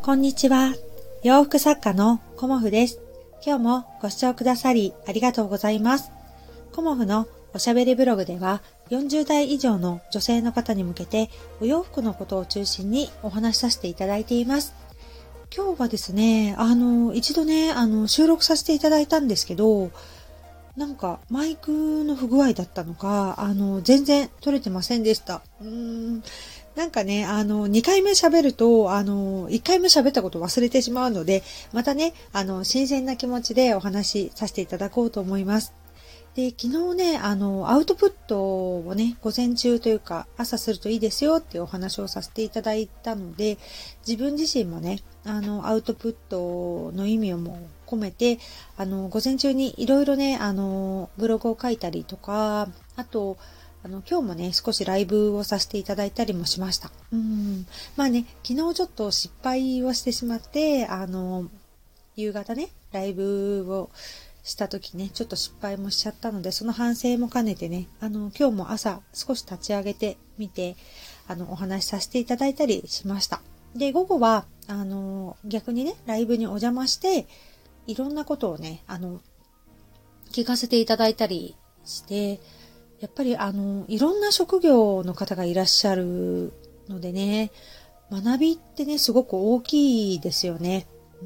こんにちは。洋服作家のコモフです。今日もご視聴くださりありがとうございます。コモフのおしゃべりブログでは40代以上の女性の方に向けてお洋服のことを中心にお話しさせていただいています。今日はですね、一度ね、収録させていただいたんですけど、なんかマイクの不具合だったのか、全然撮れてませんでした。なんかね、2回目喋ると、1回目喋ったこと忘れてしまうので、またね、新鮮な気持ちでお話しさせていただこうと思います。で、昨日ね、アウトプットをね、午前中というか、朝するといいですよっていうお話をさせていただいたので、自分自身もね、アウトプットの意味をも込めて、午前中にいろいろね、ブログを書いたりとか、あと、今日もね、少しライブをさせていただいたりもしました。まあね、昨日ちょっと失敗をしてしまって、夕方ね、ライブをした時ね、ちょっと失敗もしちゃったので、その反省も兼ねてね、今日も朝少し立ち上げてみて、お話しさせていただいたりしました。で、午後は、逆にね、ライブにお邪魔して、いろんなことをね、聞かせていただいたりして、やっぱりいろんな職業の方がいらっしゃるのでね、学びってね、すごく大きいですよね。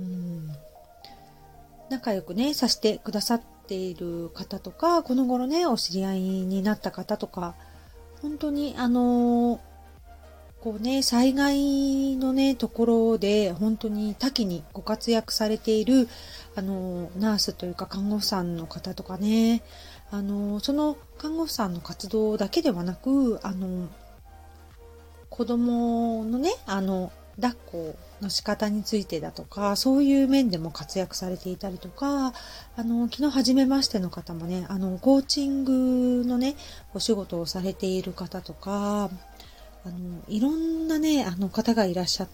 仲良くね、させてくださっている方とか、この頃ね、お知り合いになった方とか、本当にこうね、災害のね、ところで、本当に多岐にご活躍されている、ナースというか看護婦さんの方とかね、その看護婦さんの活動だけではなく、子供のね、抱っこの仕方についてだとか、そういう面でも活躍されていたりとか、昨日初めましての方もね、コーチングのね、お仕事をされている方とか、いろんなね、方がいらっしゃって、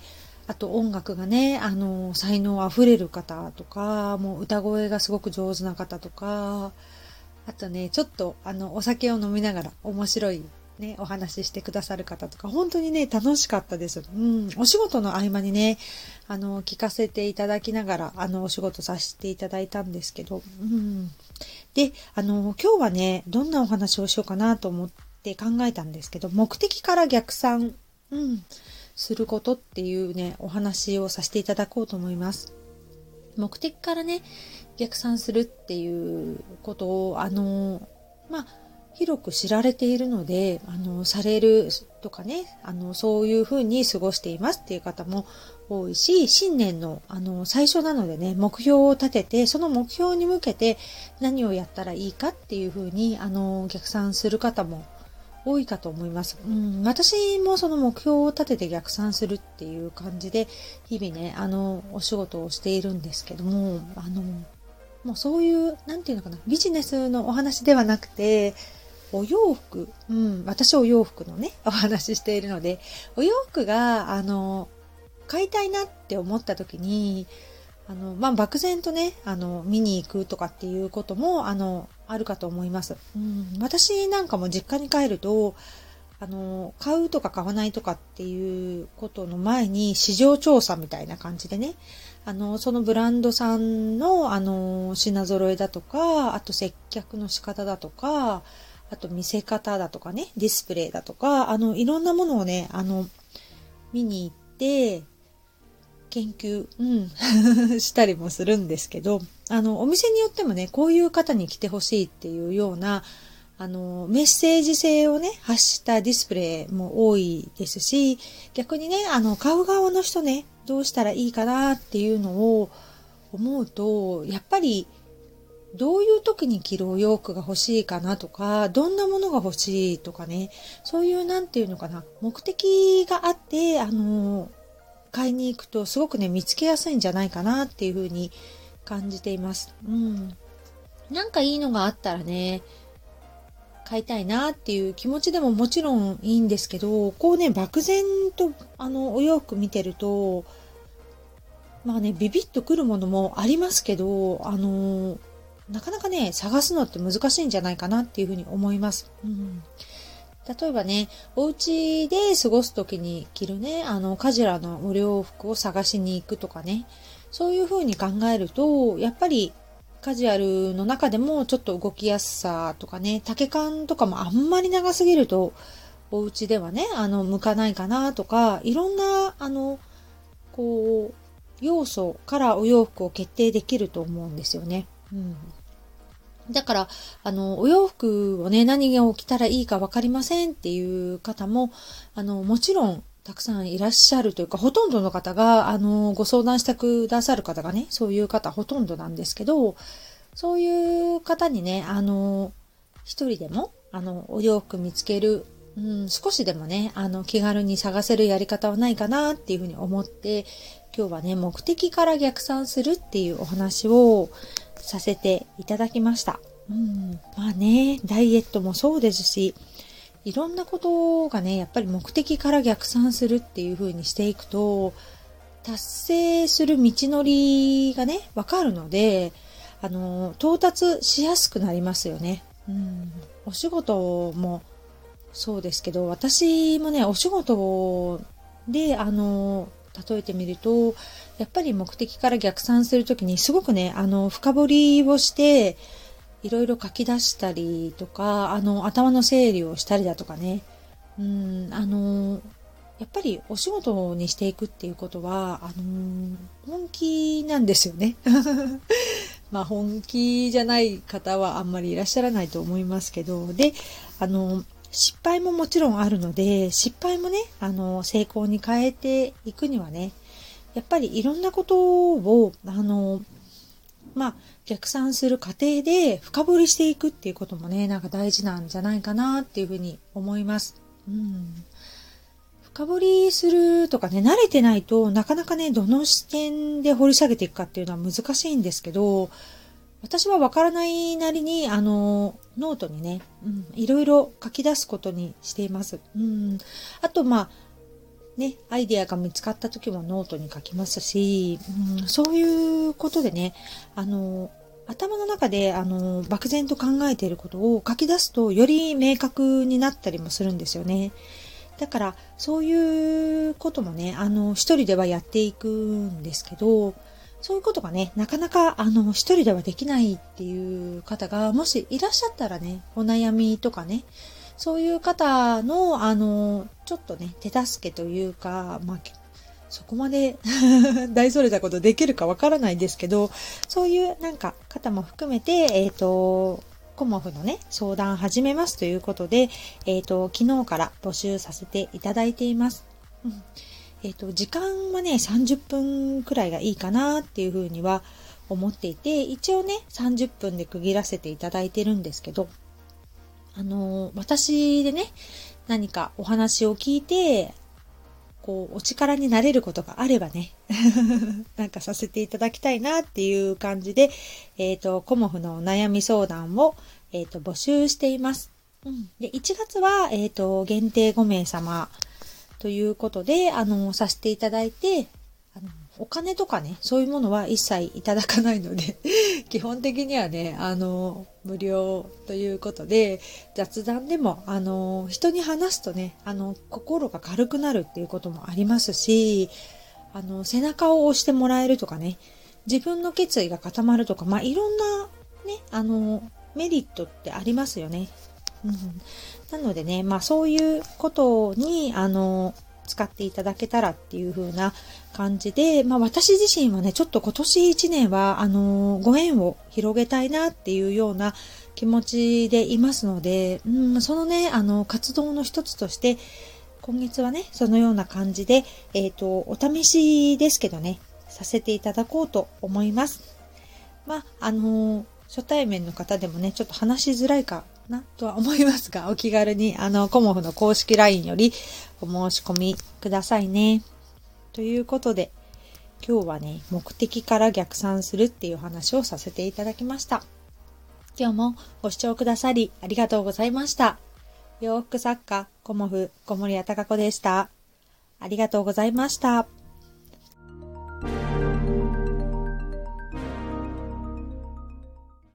あと音楽がね、才能あふれる方とか、もう歌声がすごく上手な方とか、あとね、ちょっとお酒を飲みながら面白いね、お話ししてくださる方とか、本当にね、楽しかったです。お仕事の合間にね、聞かせていただきながら、お仕事させていただいたんですけど、で、今日はね、どんなお話をしようかなと思って考えたんですけど、目的から逆算、することっていうね、お話をさせていただこうと思います。目的からね、逆算するっていうことを、広く知られているので、されるとかね、そういうふうに過ごしていますっていう方も多いし、新年の、最初なのでね、目標を立てて、その目標に向けて何をやったらいいかっていうふうに、逆算する方も多いかと思います。私もその目標を立てて逆算するっていう感じで、日々ね、お仕事をしているんですけども、もうそういう、なんていうのかな、ビジネスのお話ではなくて、お洋服、私お洋服のね、お話ししているので、お洋服が、買いたいなって思った時に、漠然とね、見に行くとかっていうことも、あるかと思います。私なんかも実家に帰ると、買うとか買わないとかっていうことの前に市場調査みたいな感じでね、そのブランドさんの、品揃えだとか、あと接客の仕方だとか、あと見せ方だとかね、ディスプレイだとか、いろんなものをね、見に行って、研究、したりもするんですけど、お店によってもね、こういう方に来てほしいっていうような、メッセージ性をね、発したディスプレイも多いですし、逆にね、買う側の人ね、どうしたらいいかなっていうのを思うと、やっぱり、どういう時に着るお洋服が欲しいかなとか、どんなものが欲しいとかね、そういうなんていうのかな、目的があって、買いに行くとすごくね、見つけやすいんじゃないかなっていうふうに感じています。なんかいいのがあったらね、買いたいなっていう気持ちでももちろんいいんですけど、こうね、漠然とお洋服見てると、ビビッとくるものもありますけど、なかなかね、探すのって難しいんじゃないかなっていうふうに思います。 例えばね、お家で過ごすときに着るね、カジュアルなお洋服を探しに行くとかね、そういう風に考えると、やっぱりカジュアルの中でもちょっと動きやすさとかね、丈感とかもあんまり長すぎると、お家ではね、向かないかなとか、いろんな、こう、要素からお洋服を決定できると思うんですよね。だから、お洋服をね、何を着たらいいかわかりませんっていう方も、もちろん、たくさんいらっしゃるというか、ほとんどの方が、ご相談してくださる方がね、そういう方ほとんどなんですけど、そういう方にね、一人でも、お洋服見つける、少しでもね、気軽に探せるやり方はないかなっていうふうに思って、今日はね、目的から逆算するっていうお話をさせていただきました。まあね、ダイエットもそうですし、いろんなことがね、やっぱり目的から逆算するっていう風にしていくと、達成する道のりがね、わかるので、到達しやすくなりますよね。お仕事もそうですけど、私もね、お仕事で、例えてみると、やっぱり目的から逆算するときにすごくね、深掘りをして、いろいろ書き出したりとか、頭の整理をしたりだとかね、やっぱりお仕事にしていくっていうことは、本気なんですよね。まあ本気じゃない方はあんまりいらっしゃらないと思いますけど、で、失敗ももちろんあるので、失敗もね、成功に変えていくにはね、やっぱりいろんなことを、逆算する過程で深掘りしていくっていうこともね、なんか大事なんじゃないかなっていうふうに思います。深掘りするとかね、慣れてないとなかなかね、どの視点で掘り下げていくかっていうのは難しいんですけど、私はわからないなりに、ノートにね、いろいろ書き出すことにしています。あと、アイデアが見つかった時もノートに書きますし、そういうことでね、頭の中で、漠然と考えていることを書き出すと、より明確になったりもするんですよね。だから、そういうこともね、一人ではやっていくんですけど、そういうことがね、なかなか、一人ではできないっていう方が、もしいらっしゃったらね、お悩みとかね、そういう方の、ちょっとね、手助けというか、そこまで大それたことできるかわからないですけど、そういうなんか方も含めて、コモフのね、相談始めますということで、昨日から募集させていただいています。時間はね、30分くらいがいいかなっていうふうには思っていて、一応ね、30分で区切らせていただいてるんですけど、私でね、何かお話を聞いて、お力になれることがあればね、なんかさせていただきたいなっていう感じで、コモフのお悩み相談を、募集しています。で、1月は、限定5名様ということで、させていただいて、お金とかね、そういうものは一切いただかないので、基本的にはね、無料ということで、雑談でも、人に話すとね、心が軽くなるっていうこともありますし、背中を押してもらえるとかね、自分の決意が固まるとか、いろんなね、メリットってありますよね。なのでね、そういうことに、使っていただけたらっていう風な感じで、私自身はね、ちょっと今年1年は、ご縁を広げたいなっていうような気持ちでいますので、そのね、活動の一つとして、今月はね、そのような感じで、お試しですけどね、させていただこうと思います。初対面の方でもね、ちょっと話しづらいかなとは思いますが、お気軽にコモフの公式 LINE よりお申し込みくださいね。ということで、今日はね、目的から逆算するっていう話をさせていただきました。今日もご視聴くださりありがとうございました。洋服作家コモフ小森屋隆子でした。ありがとうございました。